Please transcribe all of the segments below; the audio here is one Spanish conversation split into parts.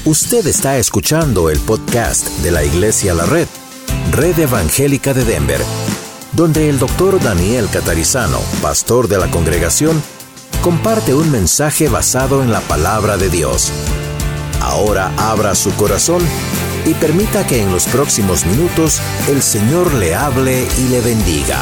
Usted está escuchando el podcast de la Iglesia La Red, Red Evangélica de Denver, donde el Dr. Daniel Catarizano, pastor de la congregación, comparte un mensaje basado en la palabra de Dios. Ahora abra su corazón y permita que en los próximos minutos el Señor le hable y le bendiga.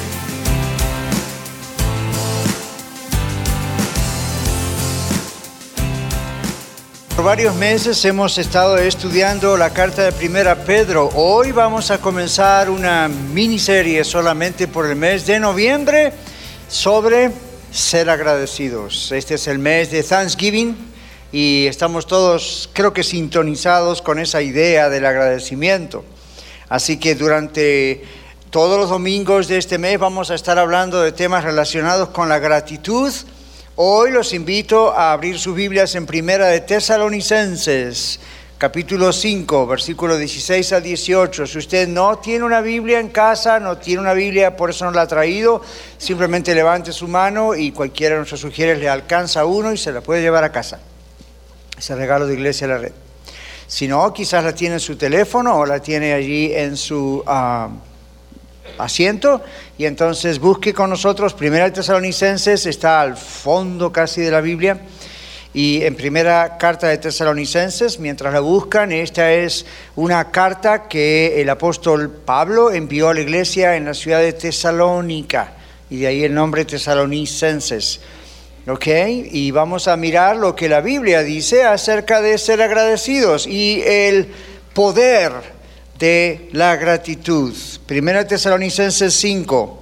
Por varios meses hemos estado estudiando la carta de 1 Pedro. Hoy vamos a comenzar una miniserie solamente por el mes de noviembre sobre ser agradecidos. Este es el mes de Thanksgiving y estamos todos, creo que sintonizados con esa idea del agradecimiento. Así que durante todos los domingos de este mes vamos a estar hablando de temas relacionados con la gratitud. Hoy los invito a abrir sus Biblias en Primera de Tesalonicenses, capítulo 5, versículo 16 al 18. Si usted no tiene una Biblia en casa, no tiene una Biblia, por eso no la ha traído, simplemente levante su mano y cualquiera de nuestros sugieres le alcanza uno y se la puede llevar a casa. Ese regalo de Iglesia La Red. Si no, quizás la tiene en su teléfono o la tiene allí en su asiento, y entonces busque con nosotros. Primera de Tesalonicenses está al fondo casi de la Biblia, y en primera carta de Tesalonicenses, mientras la buscan, esta es una carta que el apóstol Pablo envió a la iglesia en la ciudad de Tesalónica, y de ahí el nombre Tesalonicenses. ¿Ok? Y vamos a mirar lo que la Biblia dice acerca de ser agradecidos y el poder de la gratitud. Primera Tesalonicenses 5,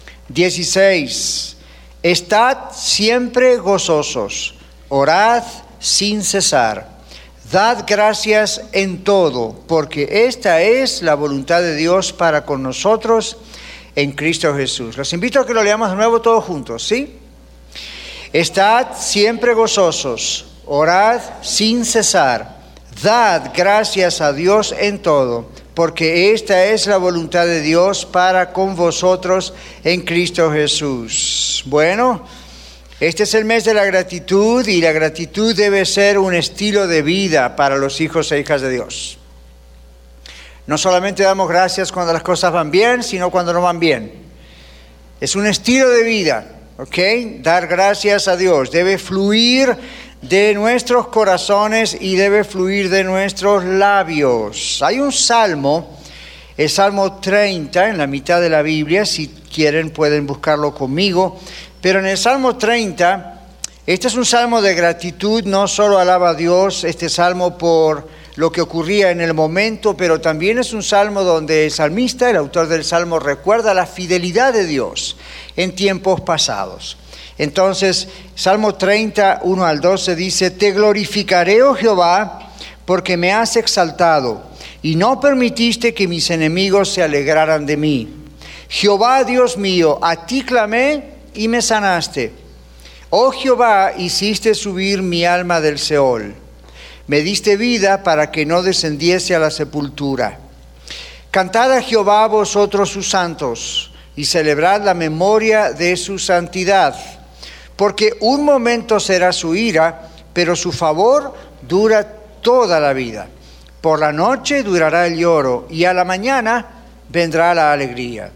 16. Estad siempre gozosos, orad sin cesar, dad gracias en todo, porque esta es la voluntad de Dios para con nosotros en Cristo Jesús. Los invito a que lo leamos de nuevo todos juntos, ¿sí? Estad siempre gozosos, orad sin cesar, dad gracias a Dios en todo, porque esta es la voluntad de Dios para con vosotros en Cristo Jesús. Bueno, este es el mes de la gratitud, y la gratitud debe ser un estilo de vida para los hijos e hijas de Dios. No solamente damos gracias cuando las cosas van bien, sino cuando no van bien. Es un estilo de vida, ¿ok? Dar gracias a Dios debe fluir de nuestros corazones y debe fluir de nuestros labios. Hay un salmo, el Salmo 30, en la mitad de la Biblia. Si quieren pueden buscarlo conmigo. Pero en el Salmo 30, este es un salmo de gratitud. No solo alaba a Dios este salmo por lo que ocurría en el momento, pero también es un salmo donde el salmista, el autor del salmo, recuerda la fidelidad de Dios en tiempos pasados. Entonces, Salmo 30, 1 al 12 dice: Te glorificaré, oh Jehová, porque me has exaltado, y no permitiste que mis enemigos se alegraran de mí. Jehová, Dios mío, a ti clamé y me sanaste. Oh Jehová, hiciste subir mi alma del Seol. Me diste vida para que no descendiese a la sepultura. Cantad a Jehová vosotros sus santos, y celebrad la memoria de su santidad. Porque un momento será su ira, pero su favor dura toda la vida. Por la noche durará el lloro, y a la mañana vendrá la alegría.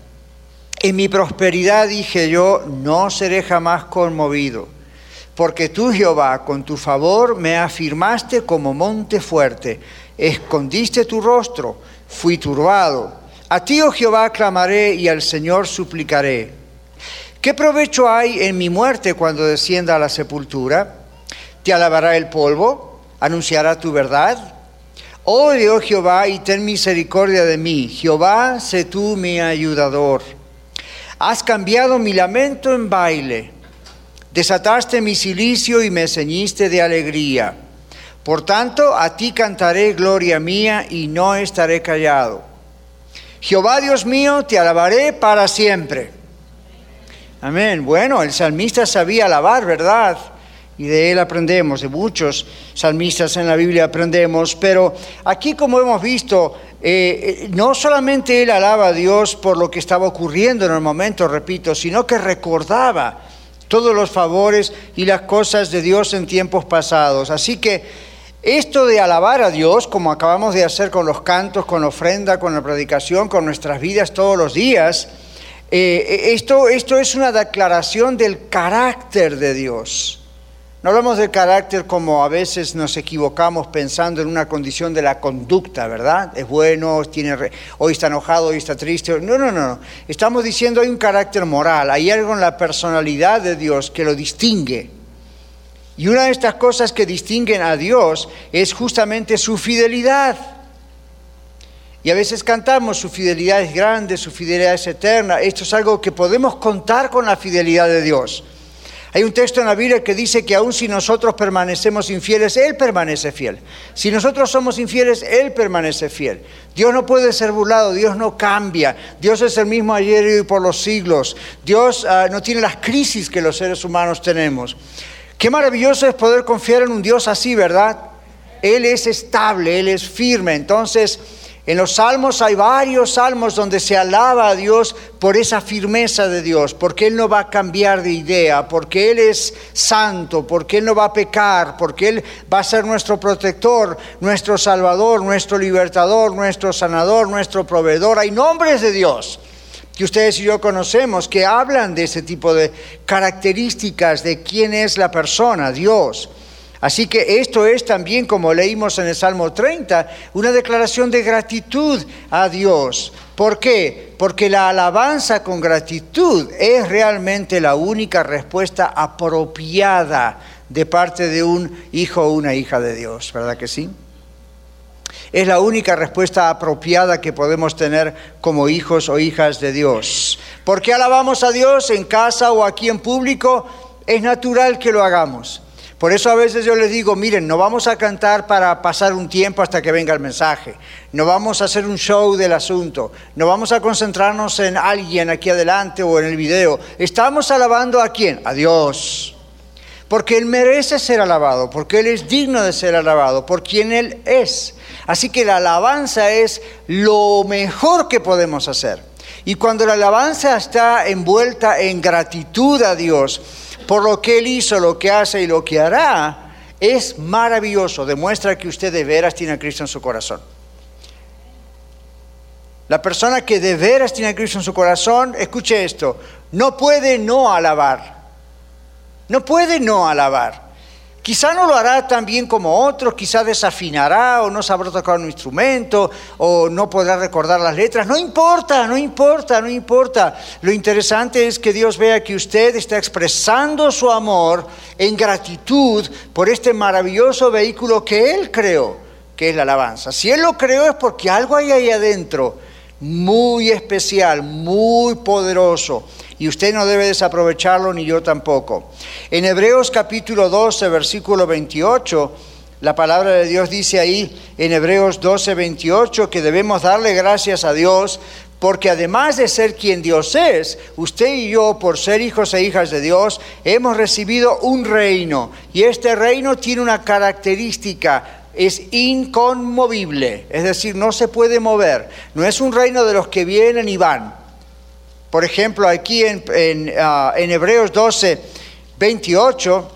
En mi prosperidad dije yo, no seré jamás conmovido. Porque tú, Jehová, con tu favor me afirmaste como monte fuerte. Escondiste tu rostro, fui turbado. A ti, oh Jehová, clamaré y al Señor suplicaré. ¿Qué provecho hay en mi muerte cuando descienda a la sepultura? ¿Te alabará el polvo? ¿Anunciará tu verdad? Oye, oh Jehová, y ten misericordia de mí. Jehová, sé tú mi ayudador. Has cambiado mi lamento en baile. Desataste mi cilicio y me ceñiste de alegría. Por tanto, a ti cantaré gloria mía y no estaré callado. Jehová, Dios mío, te alabaré para siempre. Amén. Bueno, el salmista sabía alabar, ¿verdad? Y de él aprendemos, de muchos salmistas en la Biblia aprendemos. Pero aquí, como hemos visto, no solamente él alaba a Dios por lo que estaba ocurriendo en el momento, repito, sino que recordaba todos los favores y las cosas de Dios en tiempos pasados. Así que Esto de alabar a Dios, como acabamos de hacer con los cantos, con la ofrenda, con la predicación, con nuestras vidas todos los días, esto es una declaración del carácter de Dios. No hablamos del carácter como a veces nos equivocamos pensando en una condición de la conducta, ¿verdad? Es bueno, hoy está enojado, hoy está triste. No. Estamos diciendo hay un carácter moral, hay algo en la personalidad de Dios que lo distingue. Y una de estas cosas que distinguen a Dios es justamente su fidelidad. Y a veces cantamos, su fidelidad es grande, su fidelidad es eterna. Esto es algo que podemos contar con la fidelidad de Dios. Hay un texto en la Biblia que dice que aun si nosotros permanecemos infieles, Él permanece fiel. Si nosotros somos infieles, Él permanece fiel. Dios no puede ser burlado, Dios no cambia. Dios es el mismo ayer y hoy por los siglos. Dios no tiene las crisis que los seres humanos tenemos. Qué maravilloso es poder confiar en un Dios así, ¿verdad? Él es estable, Él es firme. Entonces, en los salmos hay varios salmos donde se alaba a Dios por esa firmeza de Dios, porque Él no va a cambiar de idea, porque Él es santo, porque Él no va a pecar, porque Él va a ser nuestro protector, nuestro salvador, nuestro libertador, nuestro sanador, nuestro proveedor. Hay nombres de Dios que ustedes y yo conocemos que hablan de ese tipo de características de quién es la persona, Dios. Así que esto es también, como leímos en el Salmo 30, una declaración de gratitud a Dios. ¿Por qué? Porque la alabanza con gratitud es realmente la única respuesta apropiada de parte de un hijo o una hija de Dios, ¿verdad que sí? Es la única respuesta apropiada que podemos tener como hijos o hijas de Dios. ¿Por qué alabamos a Dios en casa o aquí en público? Es natural que lo hagamos. Por eso a veces yo les digo, miren, no vamos a cantar para pasar un tiempo hasta que venga el mensaje. No vamos a hacer un show del asunto. No vamos a concentrarnos en alguien aquí adelante o en el video. Estamos alabando ¿a quién? A Dios. Porque Él merece ser alabado, porque Él es digno de ser alabado, por quien Él es. Así que la alabanza es lo mejor que podemos hacer. Y cuando la alabanza está envuelta en gratitud a Dios, por lo que Él hizo, lo que hace y lo que hará, es maravilloso. Demuestra que usted de veras tiene a Cristo en su corazón. La persona que de veras tiene a Cristo en su corazón, escuche esto, no puede no alabar. No puede no alabar. Quizá no lo hará tan bien como otros, quizá desafinará o no sabrá tocar un instrumento o no podrá recordar las letras. No importa. Lo interesante es que Dios vea que usted está expresando su amor en gratitud por este maravilloso vehículo que Él creó, que es la alabanza. Si Él lo creó es porque algo hay ahí adentro muy especial, muy poderoso. Y usted no debe desaprovecharlo, ni yo tampoco. En Hebreos capítulo 12, versículo 28, la palabra de Dios dice ahí, en Hebreos 12, 28, que debemos darle gracias a Dios, porque además de ser quien Dios es, usted y yo, por ser hijos e hijas de Dios, hemos recibido un reino. Y este reino tiene una característica: es inconmovible, es decir, no se puede mover. No es un reino de los que vienen y van. Por ejemplo, aquí en Hebreos 12, 28,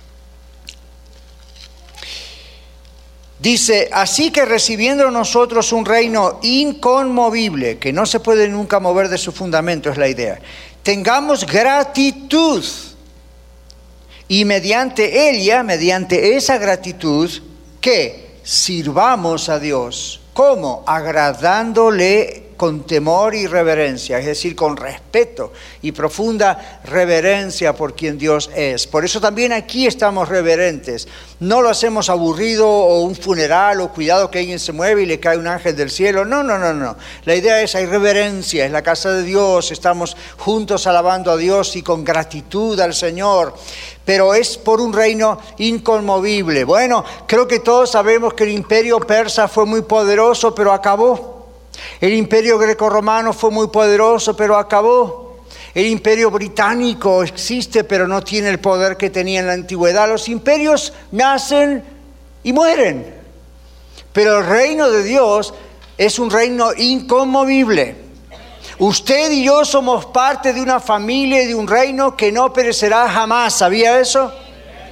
dice, así que recibiendo nosotros un reino inconmovible, que no se puede nunca mover de su fundamento, es la idea, tengamos gratitud y mediante esa gratitud, ¿qué? Sirvamos a Dios. ¿Cómo? Agradándole con temor y reverencia, es decir, con respeto y profunda reverencia por quien Dios es. Por eso también aquí estamos reverentes. No lo hacemos aburrido o un funeral o cuidado que alguien se mueve y le cae un ángel del cielo. No. La idea es, hay reverencia, es la casa de Dios, estamos juntos alabando a Dios y con gratitud al Señor. Pero es por un reino inconmovible. Bueno, creo que todos sabemos que el imperio persa fue muy poderoso, pero acabó. El imperio grecorromano fue muy poderoso, pero acabó. El imperio británico existe, pero no tiene el poder que tenía en la antigüedad. Los imperios nacen y mueren. Pero el reino de Dios es un reino inconmovible. Usted y yo somos parte de una familia y de un reino que no perecerá jamás. ¿Sabía eso?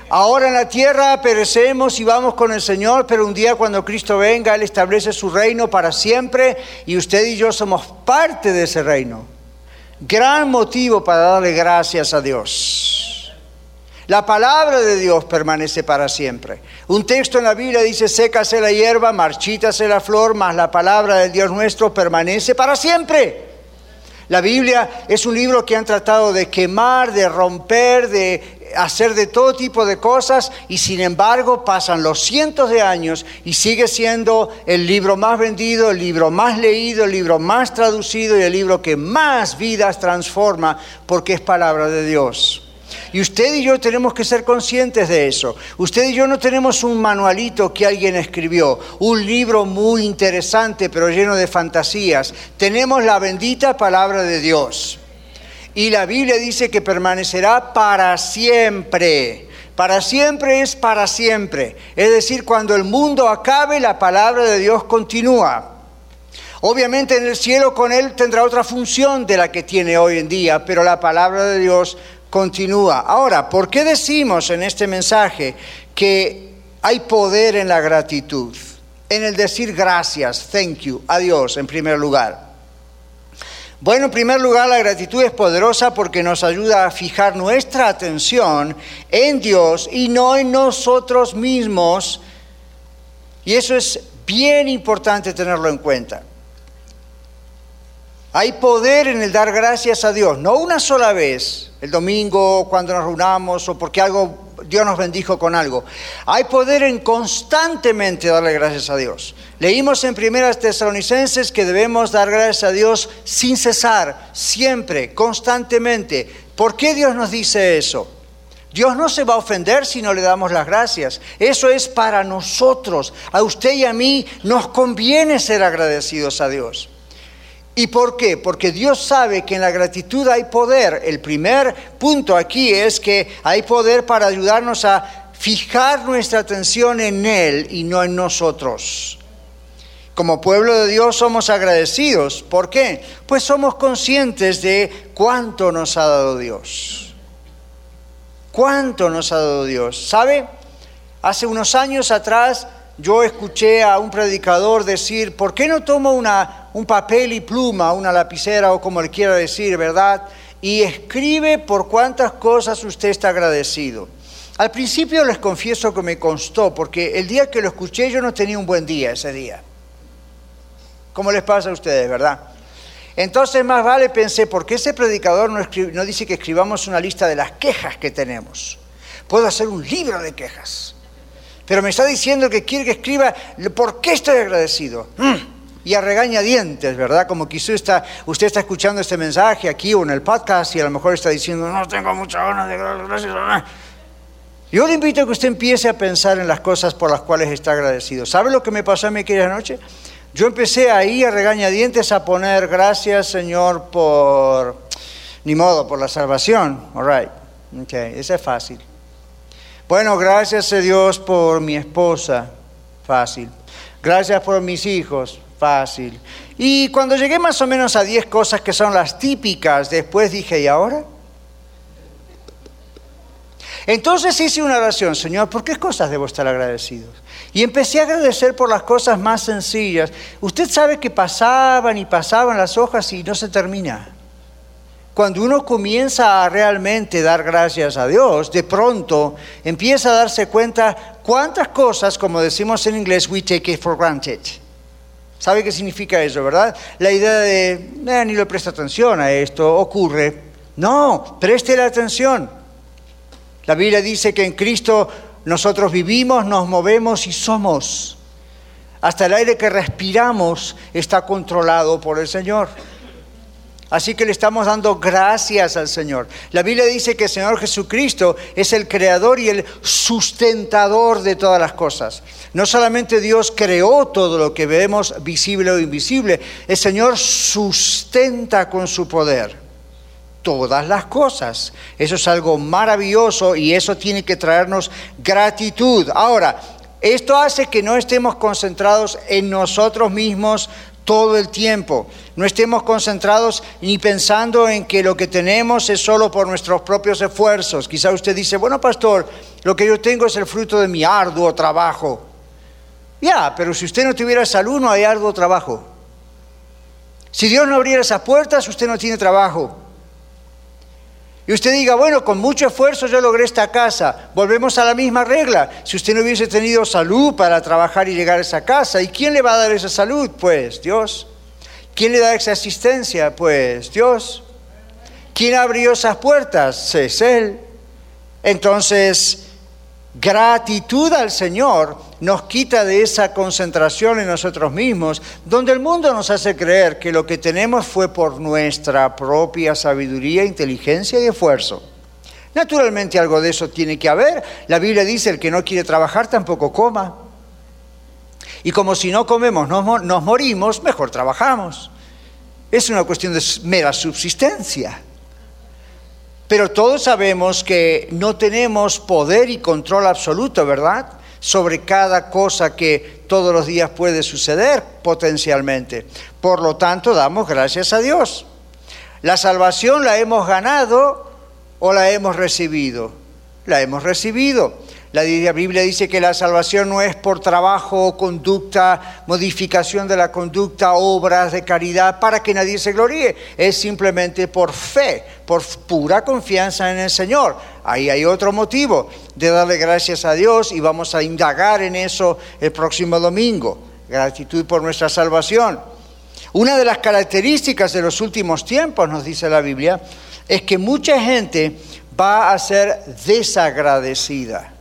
Ahora en la tierra perecemos y vamos con el Señor, pero un día cuando Cristo venga, Él establece su reino para siempre y usted y yo somos parte de ese reino. Gran motivo para darle gracias a Dios. La palabra de Dios permanece para siempre. Un texto en la Biblia dice, sécase la hierba, marchítase la flor, mas la palabra del Dios nuestro permanece para siempre. La Biblia es un libro que han tratado de quemar, de romper, de hacer de todo tipo de cosas y sin embargo pasan los cientos de años y sigue siendo el libro más vendido, el libro más leído, el libro más traducido y el libro que más vidas transforma porque es palabra de Dios. Y usted y yo tenemos que ser conscientes de eso. Usted y yo no tenemos un manualito que alguien escribió, un libro muy interesante pero lleno de fantasías. Tenemos la bendita palabra de Dios. Y la Biblia dice que permanecerá para siempre. Para siempre es para siempre. Es decir, cuando el mundo acabe, la palabra de Dios continúa. Obviamente en el cielo con Él tendrá otra función de la que tiene hoy en día, pero la palabra de Dios continúa. Ahora, ¿por qué decimos en este mensaje que hay poder en la gratitud? En el decir gracias, thank you, a Dios en primer lugar. Bueno, en primer lugar, la gratitud es poderosa porque nos ayuda a fijar nuestra atención en Dios y no en nosotros mismos. Y eso es bien importante tenerlo en cuenta. Hay poder en el dar gracias a Dios, no una sola vez, el domingo cuando nos reunamos o porque Dios nos bendijo con algo. Hay poder en constantemente darle gracias a Dios. Leímos en 1 Tesalonicenses que debemos dar gracias a Dios sin cesar, siempre, constantemente. ¿Por qué Dios nos dice eso? Dios no se va a ofender si no le damos las gracias. Eso es para nosotros. A usted y a mí nos conviene ser agradecidos a Dios. ¿Y por qué? Porque Dios sabe que en la gratitud hay poder. El primer punto aquí es que hay poder para ayudarnos a fijar nuestra atención en Él y no en nosotros. Como pueblo de Dios somos agradecidos. ¿Por qué? Pues somos conscientes de cuánto nos ha dado Dios. ¿Cuánto nos ha dado Dios? ¿Sabe? Hace unos años atrás yo escuché a un predicador decir, ¿por qué no tomo un papel y pluma, una lapicera o como le quiera decir, ¿verdad? Y escribe por cuántas cosas usted está agradecido. Al principio les confieso que me costó, porque el día que lo escuché yo no tenía un buen día ese día. ¿Cómo les pasa a ustedes, verdad? Entonces más vale pensé, ¿por qué ese predicador no dice que escribamos una lista de las quejas que tenemos? Puedo hacer un libro de quejas. Pero me está diciendo que quiere que escriba por qué estoy agradecido. Y a regañadientes, ¿verdad? Como que usted está escuchando este mensaje aquí o en el podcast y a lo mejor está diciendo, no tengo mucha ganas de gracias. Yo le invito a que usted empiece a pensar en las cosas por las cuales está agradecido. ¿Sabe lo que me pasó a mí aquella noche? Yo empecé ahí a regañadientes a poner gracias, Señor, por la salvación. All right. Okay, eso es fácil. Bueno, gracias a Dios por mi esposa, fácil. Gracias por mis hijos, fácil. Y cuando llegué más o menos a 10 cosas que son las típicas, después dije, ¿y ahora? Entonces hice una oración, Señor, ¿por qué cosas debo estar agradecidos? Y empecé a agradecer por las cosas más sencillas. Usted sabe que pasaban y pasaban las hojas y no se termina. Cuando uno comienza a realmente dar gracias a Dios, de pronto empieza a darse cuenta cuántas cosas, como decimos en inglés, we take it for granted. ¿Sabe qué significa eso, verdad? La idea de, ni le presta atención a esto, ocurre. No, préstele atención. La Biblia dice que en Cristo nosotros vivimos, nos movemos y somos. Hasta el aire que respiramos está controlado por el Señor. Así que le estamos dando gracias al Señor. La Biblia dice que el Señor Jesucristo es el creador y el sustentador de todas las cosas. No solamente Dios creó todo lo que vemos, visible o invisible, el Señor sustenta con su poder todas las cosas. Eso es algo maravilloso y eso tiene que traernos gratitud. Ahora, esto hace que no estemos concentrados en nosotros mismos todo el tiempo. No estemos concentrados ni pensando en que lo que tenemos es solo por nuestros propios esfuerzos. Quizá usted dice, bueno, pastor, lo que yo tengo es el fruto de mi arduo trabajo. Ya, pero si usted no tuviera salud, no hay arduo trabajo. Si Dios no abriera esas puertas, usted no tiene trabajo. Y usted diga, bueno, con mucho esfuerzo yo logré esta casa. Volvemos a la misma regla. Si usted no hubiese tenido salud para trabajar y llegar a esa casa, ¿y quién le va a dar esa salud? Pues Dios. ¿Quién le da esa asistencia? Pues Dios. ¿Quién abrió esas puertas? Es Él. Entonces, gratitud al Señor nos quita de esa concentración en nosotros mismos, donde el mundo nos hace creer que lo que tenemos fue por nuestra propia sabiduría, inteligencia y esfuerzo. Naturalmente algo de eso tiene que haber. La Biblia dice, el que no quiere trabajar tampoco coma. Y como si no comemos nos morimos, mejor trabajamos. Es una cuestión de mera subsistencia. Pero todos sabemos que no tenemos poder y control absoluto, ¿verdad?, sobre cada cosa que todos los días puede suceder potencialmente. Por lo tanto, damos gracias a Dios. ¿La salvación la hemos ganado o la hemos recibido? La hemos recibido. La Biblia dice que la salvación no es por trabajo o conducta, modificación de la conducta, obras de caridad para que nadie se gloríe. Es simplemente por fe, por pura confianza en el Señor. Ahí hay otro motivo de darle gracias a Dios y vamos a indagar en eso el próximo domingo. Gratitud por nuestra salvación. Una de las características de los últimos tiempos, nos dice la Biblia, es que mucha gente va a ser desagradecida.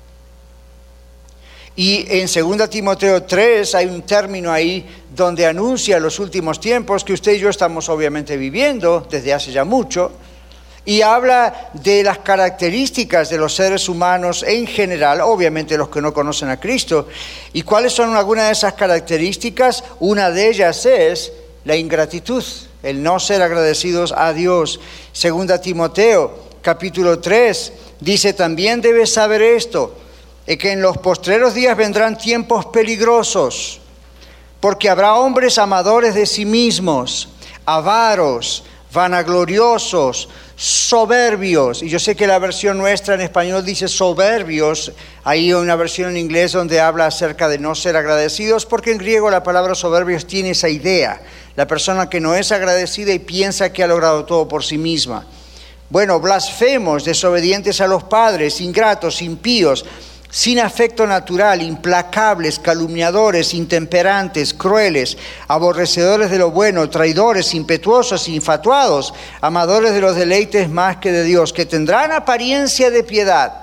Y en 2 Timoteo 3 hay un término ahí donde anuncia los últimos tiempos que usted y yo estamos obviamente viviendo desde hace ya mucho, y habla de las características de los seres humanos en general, obviamente los que no conocen a Cristo. ¿Y cuáles son algunas de esas características? Una de ellas es la ingratitud, el no ser agradecidos a Dios. 2 Timoteo capítulo 3 dice, también debes saber esto, que en los postreros días vendrán tiempos peligrosos, porque habrá hombres amadores de sí mismos, avaros, vanagloriosos, soberbios. Y yo sé que la versión nuestra en español dice soberbios. Hay una versión en inglés donde habla acerca de no ser agradecidos, porque en griego la palabra soberbios tiene esa idea. La persona que no es agradecida y piensa que ha logrado todo por sí misma. Bueno, blasfemos, desobedientes a los padres, ingratos, impíos, sin afecto natural, implacables, calumniadores, intemperantes, crueles, aborrecedores de lo bueno, traidores, impetuosos, infatuados, amadores de los deleites más que de Dios, que tendrán apariencia de piedad,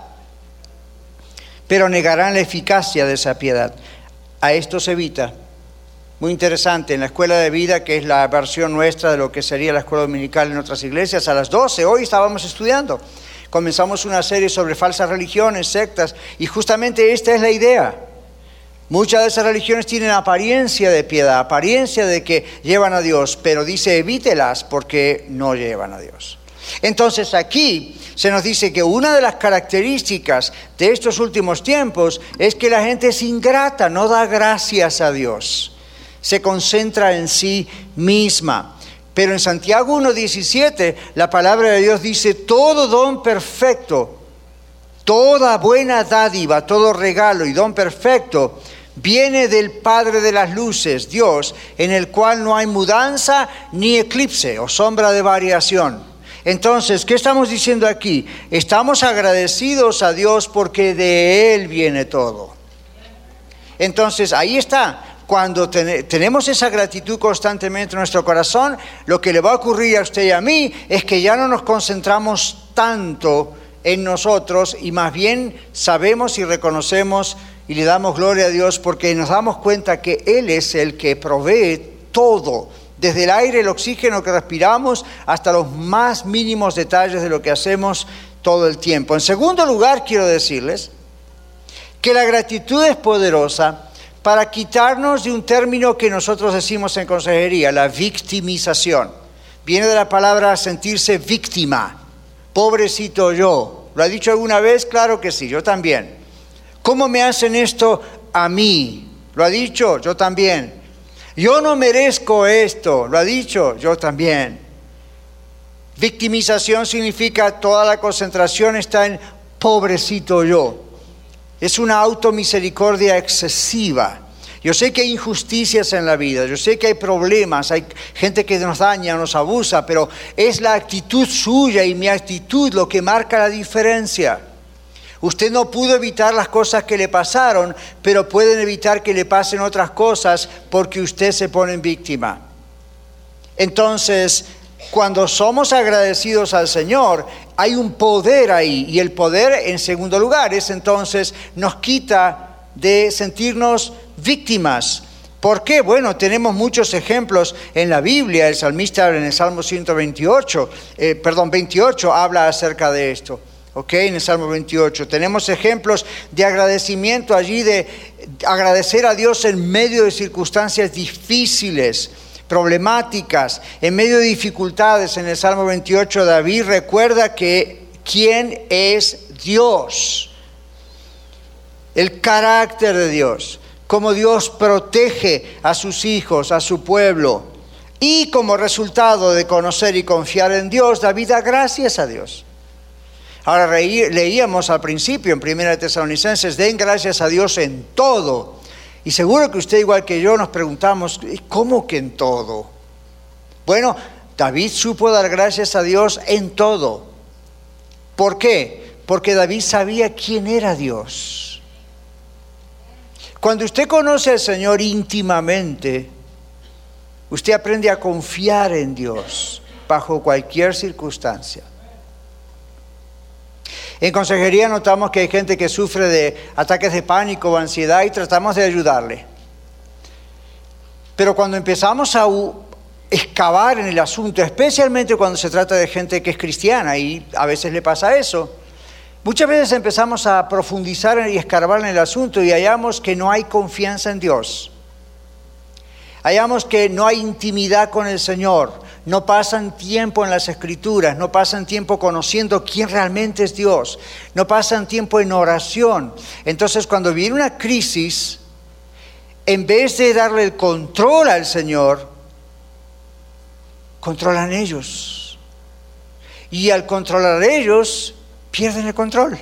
pero negarán la eficacia de esa piedad. A esto se evita. Muy interesante, en la escuela de vida, que es la versión nuestra de lo que sería la escuela dominical en otras iglesias, a las 12, hoy estábamos estudiando. Comenzamos una serie sobre falsas religiones, sectas, y justamente esta es la idea. Muchas de esas religiones tienen apariencia de piedad, apariencia de que llevan a Dios, pero dice evítelas porque no llevan a Dios. Entonces aquí se nos dice que una de las características de estos últimos tiempos es que la gente es ingrata, no da gracias a Dios, se concentra en sí misma. Pero en Santiago 1:17 la palabra de Dios dice, todo don perfecto, toda buena dádiva, todo regalo y don perfecto viene del Padre de las luces, Dios, en el cual no hay mudanza ni eclipse o sombra de variación. Entonces, ¿qué estamos diciendo aquí? Estamos agradecidos a Dios porque de Él viene todo. Entonces, ahí está. Cuando tenemos esa gratitud constantemente en nuestro corazón, lo que le va a ocurrir a usted y a mí es que ya no nos concentramos tanto en nosotros y más bien sabemos y reconocemos y le damos gloria a Dios porque nos damos cuenta que Él es el que provee todo, desde el aire, el oxígeno que respiramos hasta los más mínimos detalles de lo que hacemos todo el tiempo. En segundo lugar, quiero decirles que la gratitud es poderosa para quitarnos de un término que nosotros decimos en consejería, la victimización. Viene de la palabra sentirse víctima. Pobrecito yo. ¿Lo ha dicho alguna vez? Claro que sí, yo también. ¿Cómo me hacen esto a mí? ¿Lo ha dicho? Yo también. Yo no merezco esto, lo ha dicho, yo también. Victimización significa toda la concentración está en pobrecito yo. Es una automisericordia excesiva. Yo sé que hay injusticias en la vida, yo sé que hay problemas, hay gente que nos daña, nos abusa, pero es la actitud suya y mi actitud lo que marca la diferencia. Usted no pudo evitar las cosas que le pasaron, pero pueden evitar que le pasen otras cosas porque usted se pone en víctima. Entonces, cuando somos agradecidos al Señor, hay un poder ahí, y el poder, en segundo lugar, es entonces nos quita de sentirnos víctimas. ¿Por qué? Bueno, tenemos muchos ejemplos en la Biblia. El salmista en el Salmo 28 habla acerca de esto. ¿Ok? En el Salmo 28 tenemos ejemplos de agradecimiento allí, de agradecer a Dios en medio de circunstancias difíciles, problemáticas, en medio de dificultades. En el Salmo 28 David recuerda que quién es Dios, el carácter de Dios, cómo Dios protege a sus hijos, a su pueblo. Y como resultado de conocer y confiar en Dios, David da gracias a Dios. Ahora leíamos al principio en 1 Tesalonicenses, den gracias a Dios en todo. Y seguro que usted, igual que yo, nos preguntamos, ¿cómo que en todo? Bueno, David supo dar gracias a Dios en todo. ¿Por qué? Porque David sabía quién era Dios. Cuando usted conoce al Señor íntimamente, usted aprende a confiar en Dios bajo cualquier circunstancia. En consejería notamos que hay gente que sufre de ataques de pánico o ansiedad y tratamos de ayudarle. Pero cuando empezamos a excavar en el asunto, especialmente cuando se trata de gente que es cristiana, y a veces le pasa eso, muchas veces empezamos a profundizar y escarbar en el asunto y hallamos que no hay confianza en Dios. Hallamos que no hay intimidad con el Señor. No pasan tiempo en las Escrituras, no pasan tiempo conociendo quién realmente es Dios, no pasan tiempo en oración. Entonces, cuando viene una crisis, en vez de darle el control al Señor, controlan ellos. Y al controlar ellos, pierden el control.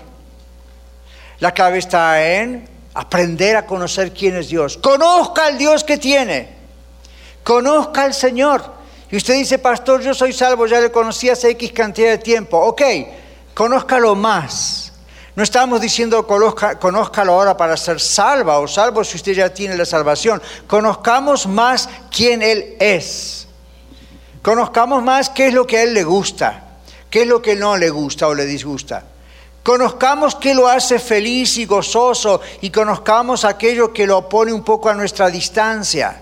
La clave está en aprender a conocer quién es Dios. Conozca al Dios que tiene. Conozca al Señor. Y usted dice, pastor, yo soy salvo, ya le conocí hace X cantidad de tiempo. Ok, conózcalo más. No estamos diciendo conózcalo ahora para ser salva o salvo si usted ya tiene la salvación. Conozcamos más quién Él es. Conozcamos más qué es lo que a Él le gusta, qué es lo que no le gusta o le disgusta. Conozcamos qué lo hace feliz y gozoso y conozcamos aquello que lo pone un poco a nuestra distancia.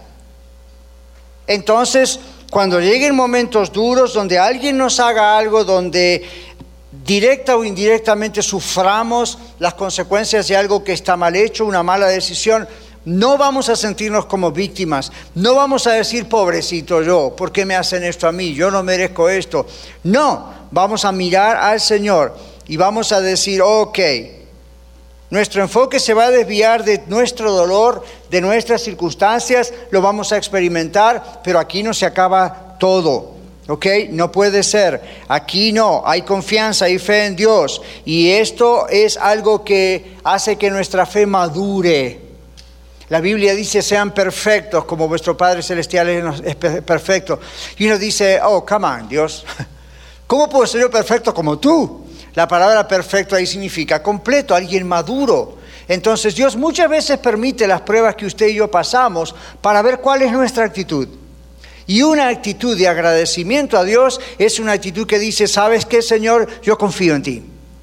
Entonces, cuando lleguen momentos duros donde alguien nos haga algo, donde directa o indirectamente suframos las consecuencias de algo que está mal hecho, una mala decisión, no vamos a sentirnos como víctimas. No vamos a decir, pobrecito yo, ¿por qué me hacen esto a mí? Yo no merezco esto. No, vamos a mirar al Señor y vamos a decir, ok, nuestro enfoque se va a desviar de nuestro dolor, de nuestras circunstancias, lo vamos a experimentar, pero aquí no se acaba todo, ¿ok? No puede ser, aquí no, hay confianza, hay fe en Dios, y esto es algo que hace que nuestra fe madure. La Biblia dice, sean perfectos como vuestro Padre Celestial es perfecto. Y uno dice, oh, come on, Dios, ¿cómo puedo ser yo perfecto como tú? La palabra perfecto ahí significa completo, alguien maduro. Entonces Dios muchas veces permite las pruebas que usted y yo pasamos para ver cuál es nuestra actitud. Y una actitud de agradecimiento a Dios es una actitud que dice, ¿sabes qué, Señor? Yo confío en ti.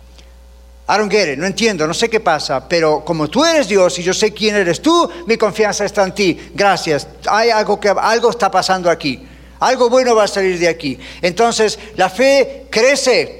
I don't get it, no entiendo, no sé qué pasa, pero como tú eres Dios y yo sé quién eres tú, mi confianza está en ti. Gracias, hay algo está pasando aquí. Algo bueno va a salir de aquí. Entonces la fe crece.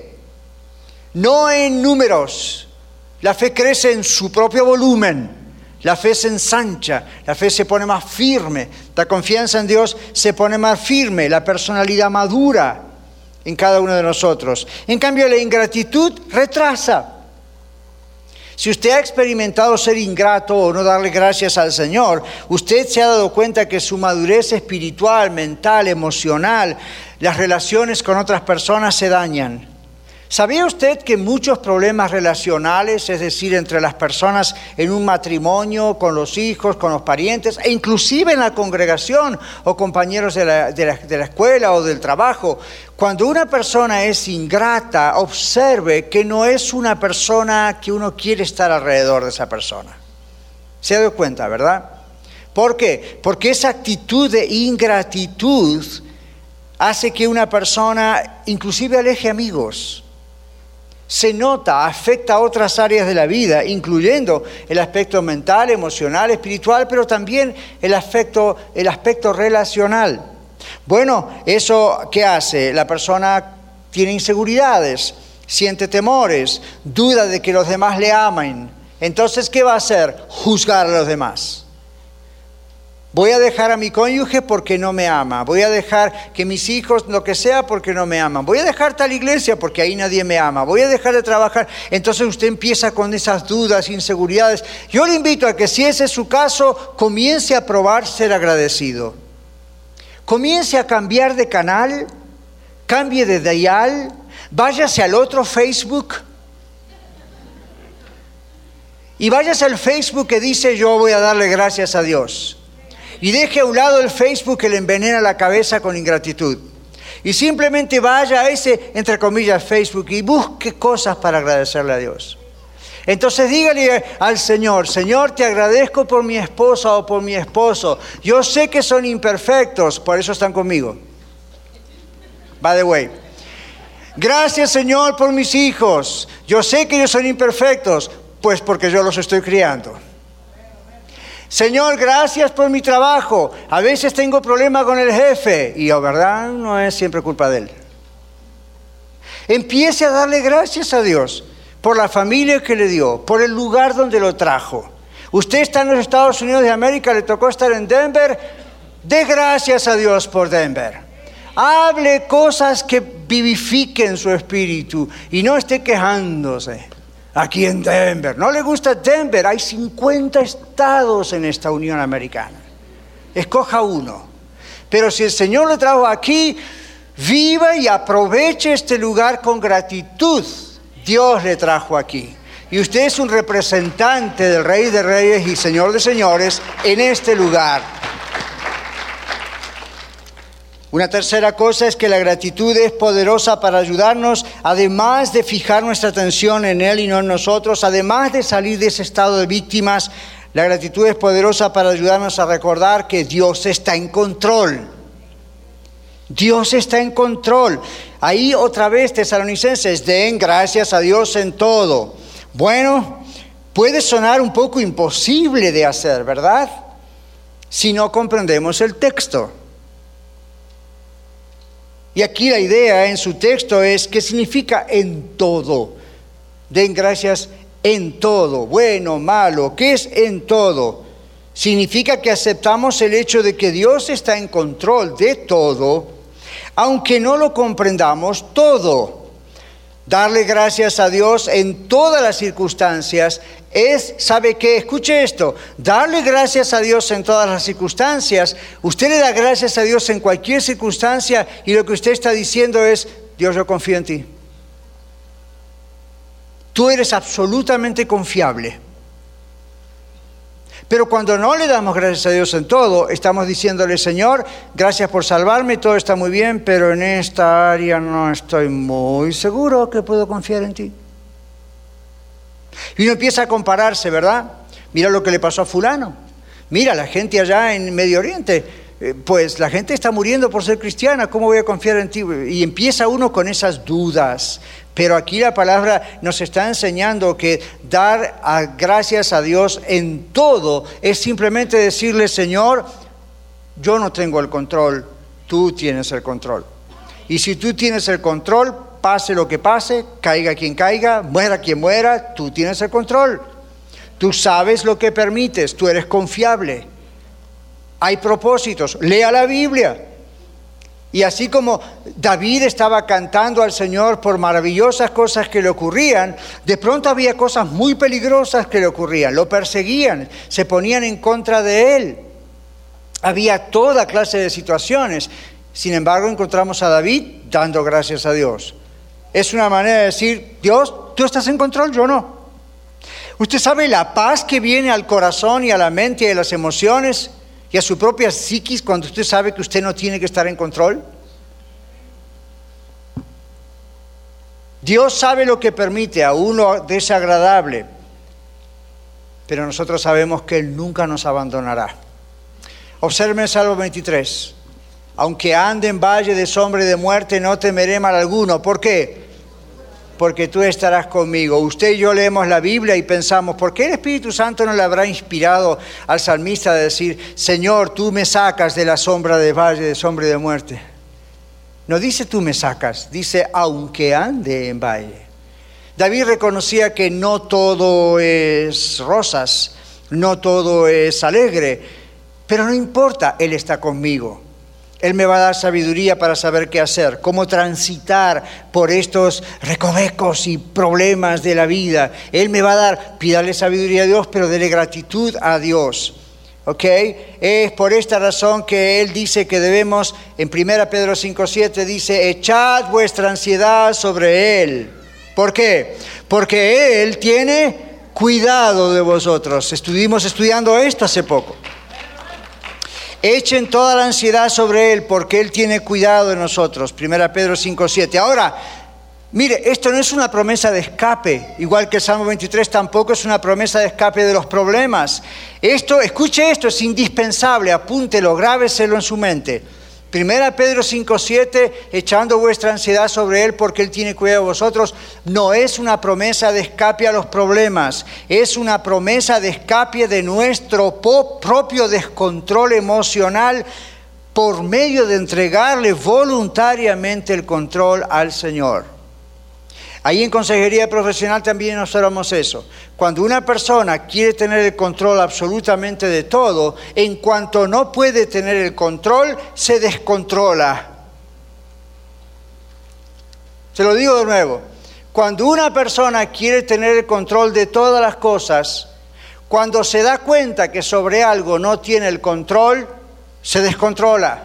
No en números, la fe crece en su propio volumen, la fe se ensancha, la fe se pone más firme, la confianza en Dios se pone más firme, la personalidad madura en cada uno de nosotros. En cambio, la ingratitud retrasa. Si usted ha experimentado ser ingrato o no darle gracias al Señor, usted se ha dado cuenta que su madurez espiritual, mental, emocional, las relaciones con otras personas se dañan. ¿Sabía usted que muchos problemas relacionales, es decir, entre las personas en un matrimonio, con los hijos, con los parientes, e inclusive en la congregación o compañeros de la escuela o del trabajo, cuando una persona es ingrata, observe que no es una persona que uno quiere estar alrededor de esa persona? ¿Se ha dado cuenta, verdad? ¿Por qué? Porque esa actitud de ingratitud hace que una persona inclusive aleje amigos. Se nota, afecta a otras áreas de la vida, incluyendo el aspecto mental, emocional, espiritual, pero también el aspecto relacional. Bueno, ¿eso qué hace? La persona tiene inseguridades, siente temores, duda de que los demás le amen. Entonces, ¿qué va a hacer? Juzgar a los demás. Voy a dejar a mi cónyuge porque no me ama. Voy a dejar que mis hijos, lo que sea, porque no me aman. Voy a dejar tal iglesia porque ahí nadie me ama. Voy a dejar de trabajar. Entonces usted empieza con esas dudas, inseguridades. Yo le invito a que, si ese es su caso, comience a probar ser agradecido. Comience a cambiar de canal, cambie de dial, váyase al otro Facebook. Y váyase al Facebook que dice: yo voy a darle gracias a Dios. Y deje a un lado el Facebook que le envenena la cabeza con ingratitud. Y simplemente vaya a ese, entre comillas, Facebook y busque cosas para agradecerle a Dios. Entonces dígale al Señor: Señor, te agradezco por mi esposa o por mi esposo. Yo sé que son imperfectos, por eso están conmigo. By the way. Gracias, Señor, por mis hijos. Yo sé que ellos son imperfectos, pues porque yo los estoy criando. Señor, gracias por mi trabajo. A veces tengo problemas con el jefe y la verdad no es siempre culpa de él. Empiece a darle gracias a Dios por la familia que le dio, por el lugar donde lo trajo. Usted está en los Estados Unidos de América, le tocó estar en Denver. Dé gracias a Dios por Denver. Hable cosas que vivifiquen su espíritu y no esté quejándose. Aquí en Denver, ¿no le gusta Denver? Hay 50 estados en esta Unión Americana. Escoja uno. Pero si el Señor le trajo aquí, viva y aproveche este lugar con gratitud. Dios le trajo aquí. Y usted es un representante del Rey de Reyes y Señor de Señores en este lugar. Una tercera cosa es que la gratitud es poderosa para ayudarnos, además de fijar nuestra atención en Él y no en nosotros, además de salir de ese estado de víctimas. La gratitud es poderosa para ayudarnos a recordar que Dios está en control. Dios está en control. Ahí otra vez, Tesalonicenses, den gracias a Dios en todo. Bueno, puede sonar un poco imposible de hacer, ¿verdad? Si no comprendemos el texto. Y aquí la idea en su texto es: ¿qué significa en todo? Den gracias en todo, bueno, malo. ¿Qué es en todo? Significa que aceptamos el hecho de que Dios está en control de todo, aunque no lo comprendamos todo. Darle gracias a Dios en todas las circunstancias es, ¿sabe qué? Escuche esto. Darle gracias a Dios en todas las circunstancias. Usted le da gracias a Dios en cualquier circunstancia y lo que usted está diciendo es: Dios, yo confío en ti. Tú eres absolutamente confiable. Pero cuando no le damos gracias a Dios en todo, estamos diciéndole: Señor, gracias por salvarme, todo está muy bien, pero en esta área no estoy muy seguro que puedo confiar en ti. Y uno empieza a compararse, ¿verdad? Mira lo que le pasó a fulano. Mira, la gente allá en Medio Oriente, pues la gente está muriendo por ser cristiana, ¿cómo voy a confiar en ti? Y empieza uno con esas dudas. Pero aquí la palabra nos está enseñando que dar gracias a Dios en todo es simplemente decirle: Señor, yo no tengo el control, tú tienes el control. Y si tú tienes el control, pase lo que pase, caiga quien caiga, muera quien muera, tú tienes el control. Tú sabes lo que permites, tú eres confiable. Hay propósitos, lea la Biblia. Y así como David estaba cantando al Señor por maravillosas cosas que le ocurrían, de pronto había cosas muy peligrosas que le ocurrían. Lo perseguían, se ponían en contra de él. Había toda clase de situaciones. Sin embargo, encontramos a David dando gracias a Dios. Es una manera de decir, Dios, tú estás en control, yo no. Usted sabe la paz que viene al corazón y a la mente y a las emociones y a su propia psiquis cuando usted sabe que usted no tiene que estar en control. Dios sabe lo que permite a uno desagradable, pero nosotros sabemos que Él nunca nos abandonará. Observen el Salmo 23. Aunque ande en valle de sombra y de muerte, no temeré mal alguno. ¿Por qué? Porque tú estarás conmigo. Usted y yo leemos la Biblia y pensamos, ¿por qué el Espíritu Santo no le habrá inspirado al salmista a decir, Señor, tú me sacas de la sombra de valle de sombra y de muerte? No dice tú me sacas, dice aunque ande en valle. David reconocía que no todo es rosas, no todo es alegre, pero no importa, Él está conmigo. Él me va a dar sabiduría para saber qué hacer, cómo transitar por estos recovecos y problemas de la vida. Él me va a dar, pídale sabiduría a Dios, pero dele gratitud a Dios. ¿Ok? Es por esta razón que Él dice que debemos, en 1 Pedro 5:7 dice, echad vuestra ansiedad sobre Él. ¿Por qué? Porque Él tiene cuidado de vosotros. Estuvimos estudiando esto hace poco. Echen toda la ansiedad sobre Él porque Él tiene cuidado de nosotros. 1 Pedro 5:7. Ahora, mire, esto no es una promesa de escape, igual que el Salmo 23 tampoco es una promesa de escape de los problemas. Esto, escuche esto, es indispensable, apúntelo, grábeselo en su mente. 1 Pedro 5:7, echando vuestra ansiedad sobre Él porque Él tiene cuidado de vosotros, no es una promesa de escape a los problemas, es una promesa de escape de nuestro propio descontrol emocional por medio de entregarle voluntariamente el control al Señor. Ahí en Consejería Profesional también observamos eso. Cuando una persona quiere tener el control absolutamente de todo, en cuanto no puede tener el control, se descontrola. Se lo digo de nuevo. Cuando una persona quiere tener el control de todas las cosas, cuando se da cuenta que sobre algo no tiene el control, se descontrola.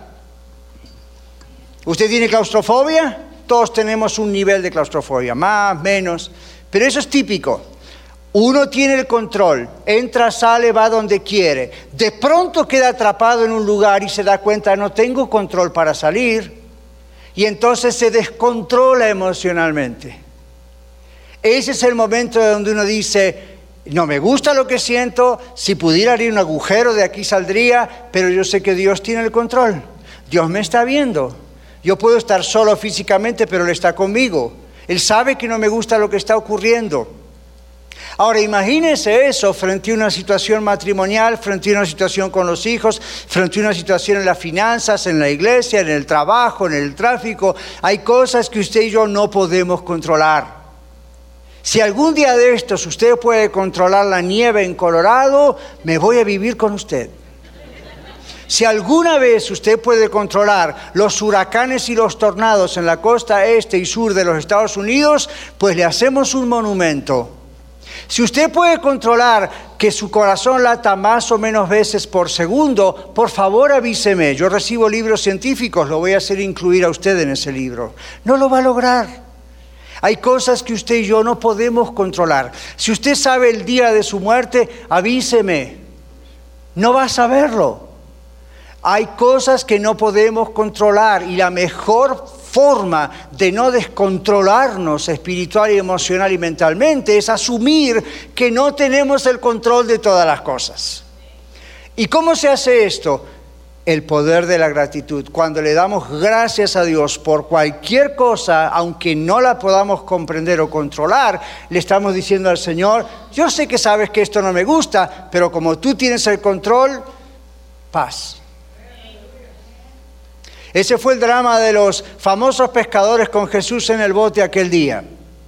¿Usted tiene claustrofobia? Todos tenemos un nivel de claustrofobia, más, menos, pero eso es típico. Uno tiene el control, entra, sale, va donde quiere. De pronto queda atrapado en un lugar y se da cuenta, no tengo control para salir. Y entonces se descontrola emocionalmente. Ese es el momento donde uno dice, no me gusta lo que siento, si pudiera abrir un agujero de aquí saldría, pero yo sé que Dios tiene el control. Dios me está viendo. Yo puedo estar solo físicamente, pero Él está conmigo. Él sabe que no me gusta lo que está ocurriendo. Ahora, imagínese eso frente a una situación matrimonial, frente a una situación con los hijos, frente a una situación en las finanzas, en la iglesia, en el trabajo, en el tráfico. Hay cosas que usted y yo no podemos controlar. Si algún día de estos usted puede controlar la nieve en Colorado, me voy a vivir con usted. Si alguna vez usted puede controlar los huracanes y los tornados en la costa este y sur de los Estados Unidos, pues le hacemos un monumento. Si usted puede controlar que su corazón lata más o menos veces por segundo, por favor avíseme. Yo recibo libros científicos, lo voy a hacer incluir a usted en ese libro. No lo va a lograr. Hay cosas que usted y yo no podemos controlar. Si usted sabe el día de su muerte, avíseme. No va a saberlo. Hay cosas que no podemos controlar y la mejor forma de no descontrolarnos espiritual y emocional y mentalmente es asumir que no tenemos el control de todas las cosas. ¿Y cómo se hace esto? El poder de la gratitud. Cuando le damos gracias a Dios por cualquier cosa, aunque no la podamos comprender o controlar, le estamos diciendo al Señor, yo sé que sabes que esto no me gusta, pero como tú tienes el control, paz. Ese fue el drama de los famosos pescadores con Jesús en el bote aquel día.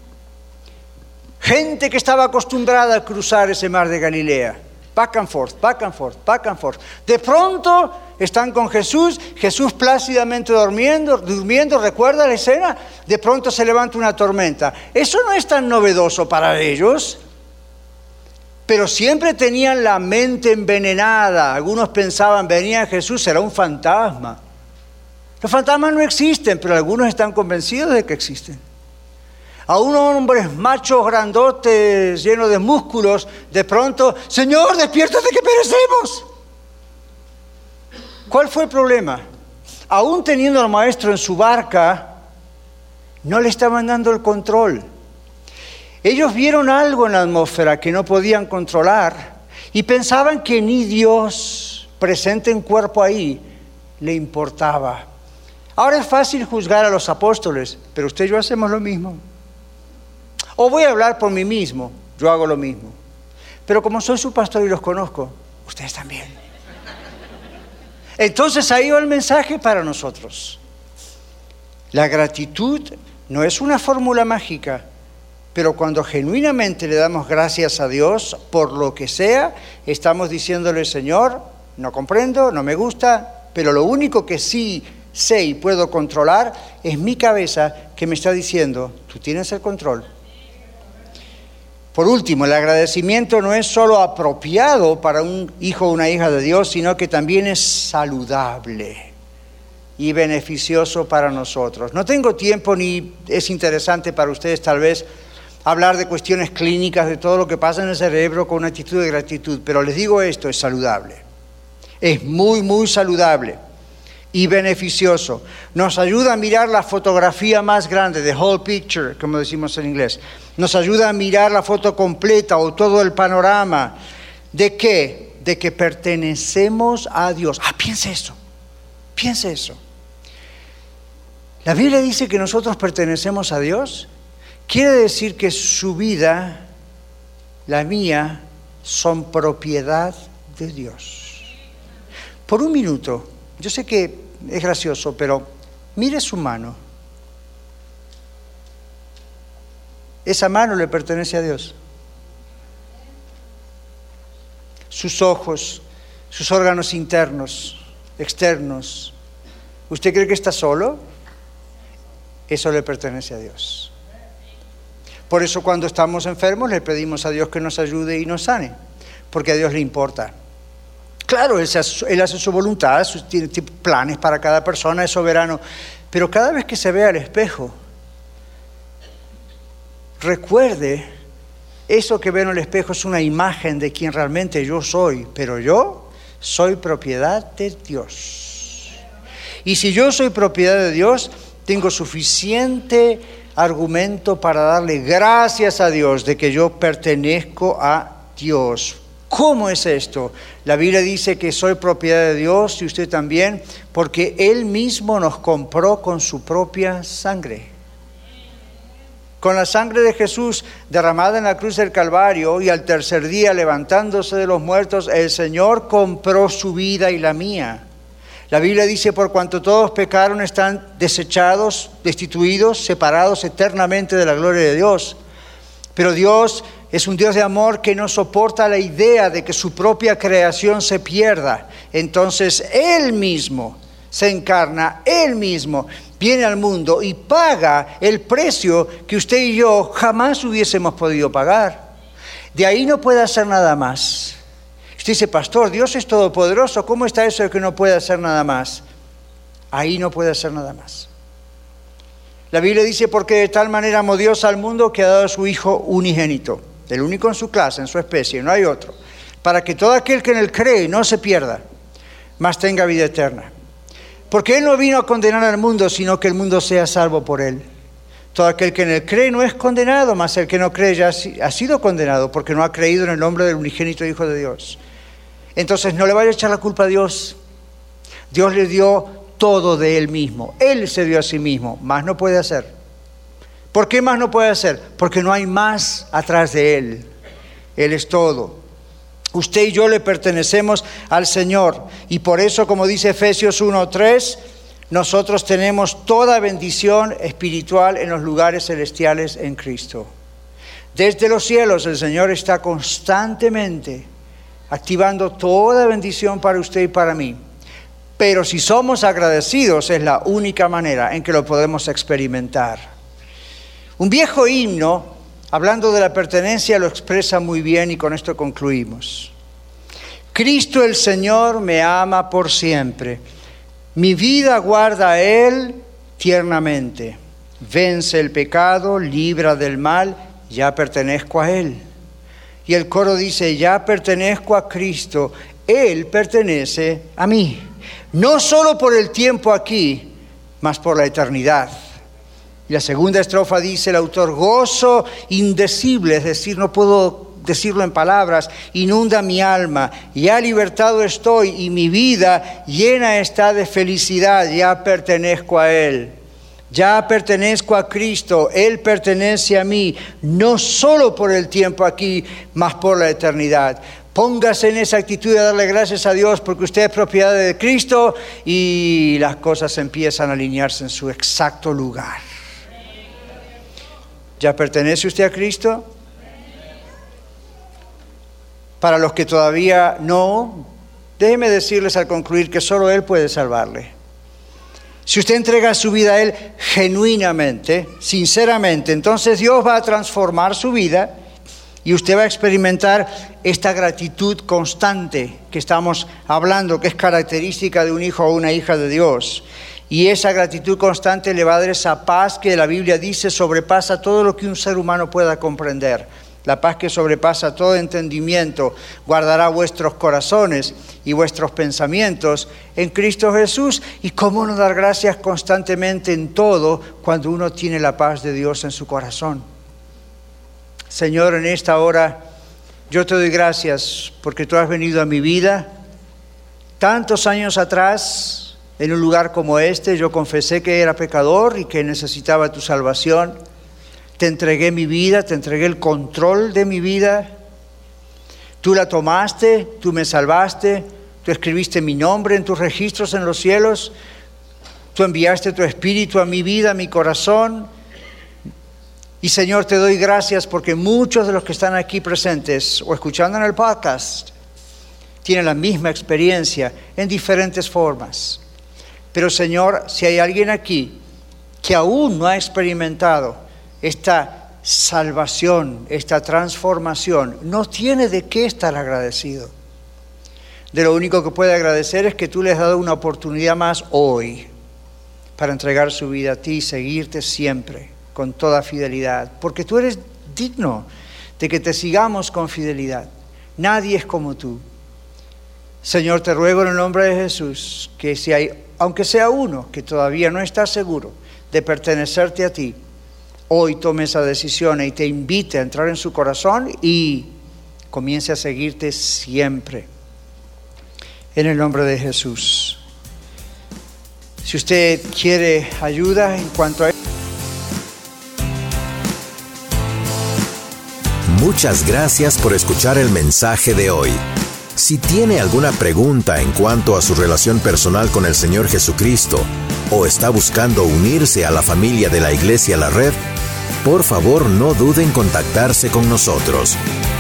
Gente que estaba acostumbrada a cruzar ese mar de Galilea. Back and forth, back and forth, back and forth. De pronto están con Jesús, Jesús plácidamente durmiendo, ¿recuerda la escena? De pronto se levanta una tormenta. Eso no es tan novedoso para ellos, pero siempre tenían la mente envenenada. Algunos pensaban, venía Jesús, será un fantasma. Los fantasmas no existen, pero algunos están convencidos de que existen. A unos hombres machos, grandotes, llenos de músculos, de pronto, Señor, despiértate que perecemos. ¿Cuál fue el problema? Aún teniendo al maestro en su barca, no le estaban dando el control. Ellos vieron algo en la atmósfera que no podían controlar y pensaban que ni Dios, presente en cuerpo ahí, le importaba. Ahora es fácil juzgar a los apóstoles, pero usted y yo hacemos lo mismo. O voy a hablar por mí mismo, yo hago lo mismo. Pero como soy su pastor y los conozco, ustedes también. Entonces ahí va el mensaje para nosotros. La gratitud no es una fórmula mágica, pero cuando genuinamente le damos gracias a Dios por lo que sea, estamos diciéndole, Señor, no comprendo, no me gusta, pero lo único que sí sé y puedo controlar es mi cabeza que me está diciendo, tú tienes el control. Por último, el agradecimiento no es solo apropiado para un hijo o una hija de Dios, sino que también es saludable y beneficioso para nosotros. No tengo tiempo ni es interesante para ustedes tal vez hablar de cuestiones clínicas, de todo lo que pasa en el cerebro con una actitud de gratitud, pero les digo esto, es saludable. Es muy, muy saludable y beneficioso. Nos ayuda a mirar la fotografía más grande, the whole picture, como decimos en inglés. Nos ayuda a mirar la foto completa o todo el panorama. ¿De qué? De que pertenecemos a Dios. Piense eso. La Biblia dice que nosotros pertenecemos a Dios. Quiere decir que su vida, la mía, son propiedad de Dios. Por un minuto, yo sé que es gracioso, pero mire su mano. Esa mano le pertenece a Dios. Sus ojos, sus órganos internos, externos. ¿Usted cree que está solo? Eso le pertenece a Dios. Por eso cuando estamos enfermos le pedimos a Dios que nos ayude y nos sane, porque a Dios le importa. Claro, Él hace su voluntad, tiene planes para cada persona, es soberano, pero cada vez que se ve al espejo, recuerde, eso que ve en el espejo es una imagen de quien realmente yo soy, pero yo soy propiedad de Dios. Y si yo soy propiedad de Dios, tengo suficiente argumento para darle gracias a Dios de que yo pertenezco a Dios. ¿Cómo es esto? La Biblia dice que soy propiedad de Dios y usted también, porque Él mismo nos compró con su propia sangre. Con la sangre de Jesús derramada en la cruz del Calvario y al tercer día levantándose de los muertos, el Señor compró su vida y la mía. La Biblia dice, por cuanto todos pecaron, están desechados, destituidos, separados eternamente de la gloria de Dios. Pero Dios es un Dios de amor que no soporta la idea de que su propia creación se pierda. Entonces Él mismo se encarna, Él mismo viene al mundo y paga el precio que usted y yo jamás hubiésemos podido pagar. De ahí no puede hacer nada más. Usted dice, pastor, Dios es todopoderoso, ¿cómo está eso de que no puede hacer nada más? Ahí no puede hacer nada más. La Biblia dice, porque de tal manera amó Dios al mundo que ha dado a su Hijo unigénito, el único en su clase, en su especie, no hay otro, para que todo aquel que en Él cree no se pierda, mas tenga vida eterna. Porque Él no vino a condenar al mundo, sino que el mundo sea salvo por Él. Todo aquel que en Él cree no es condenado, mas el que no cree ya ha sido condenado, porque no ha creído en el nombre del unigénito Hijo de Dios. Entonces no le vaya a echar la culpa a Dios. Dios le dio todo de Él mismo. Él se dio a sí mismo, más no puede hacer. ¿Por qué más no puede hacer? Porque no hay más atrás de Él. Él es todo. Usted y yo le pertenecemos al Señor. Y por eso, como dice Efesios 1:3, nosotros tenemos toda bendición espiritual en los lugares celestiales en Cristo. Desde los cielos el Señor está constantemente activando toda bendición para usted y para mí. Pero si somos agradecidos es la única manera en que lo podemos experimentar. Un viejo himno, hablando de la pertenencia, lo expresa muy bien y con esto concluimos. Cristo el Señor me ama por siempre. Mi vida guarda a Él tiernamente. Vence el pecado, libra del mal, ya pertenezco a Él. Y el coro dice, ya pertenezco a Cristo, Él pertenece a mí. No solo por el tiempo aquí, mas por la eternidad. Y la segunda estrofa dice el autor, gozo indecible, es decir, no puedo decirlo en palabras, inunda mi alma, ya libertado estoy y mi vida llena está de felicidad, ya pertenezco a Él. Ya pertenezco a Cristo, Él pertenece a mí, no solo por el tiempo aquí, mas por la eternidad. Póngase en esa actitud de darle gracias a Dios porque usted es propiedad de Cristo y las cosas empiezan a alinearse en su exacto lugar. ¿Ya pertenece usted a Cristo? Para los que todavía no, déjeme decirles al concluir que solo Él puede salvarle. Si usted entrega su vida a Él genuinamente, sinceramente, entonces Dios va a transformar su vida y usted va a experimentar esta gratitud constante que estamos hablando, que es característica de un hijo o una hija de Dios. Y esa gratitud constante le va a dar esa paz que la Biblia dice sobrepasa todo lo que un ser humano pueda comprender. La paz que sobrepasa todo entendimiento guardará vuestros corazones y vuestros pensamientos en Cristo Jesús. ¿Y cómo no dar gracias constantemente en todo cuando uno tiene la paz de Dios en su corazón? Señor, en esta hora yo te doy gracias porque tú has venido a mi vida. Tantos años atrás, en un lugar como este, yo confesé que era pecador y que necesitaba tu salvación. Te entregué mi vida, te entregué el control de mi vida. Tú la tomaste, tú me salvaste, tú escribiste mi nombre en tus registros en los cielos. Tú enviaste tu espíritu a mi vida, a mi corazón. Y Señor, te doy gracias porque muchos de los que están aquí presentes o escuchando en el podcast tienen la misma experiencia en diferentes formas. Pero Señor, si hay alguien aquí que aún no ha experimentado esta salvación, esta transformación, no tiene de qué estar agradecido. De lo único que puede agradecer es que tú le has dado una oportunidad más hoy para entregar su vida a ti y seguirte siempre con toda fidelidad, porque tú eres digno de que te sigamos con fidelidad. Nadie es como tú. Señor, te ruego en el nombre de Jesús que si hay, aunque sea uno que todavía no está seguro de pertenecerte a ti, hoy tome esa decisión y te invite a entrar en su corazón y comience a seguirte siempre. En el nombre de Jesús. Si usted quiere ayuda en cuanto a... Muchas gracias por escuchar el mensaje de hoy. Si tiene alguna pregunta en cuanto a su relación personal con el Señor Jesucristo o está buscando unirse a la familia de la Iglesia La Red, por favor no duden en contactarse con nosotros.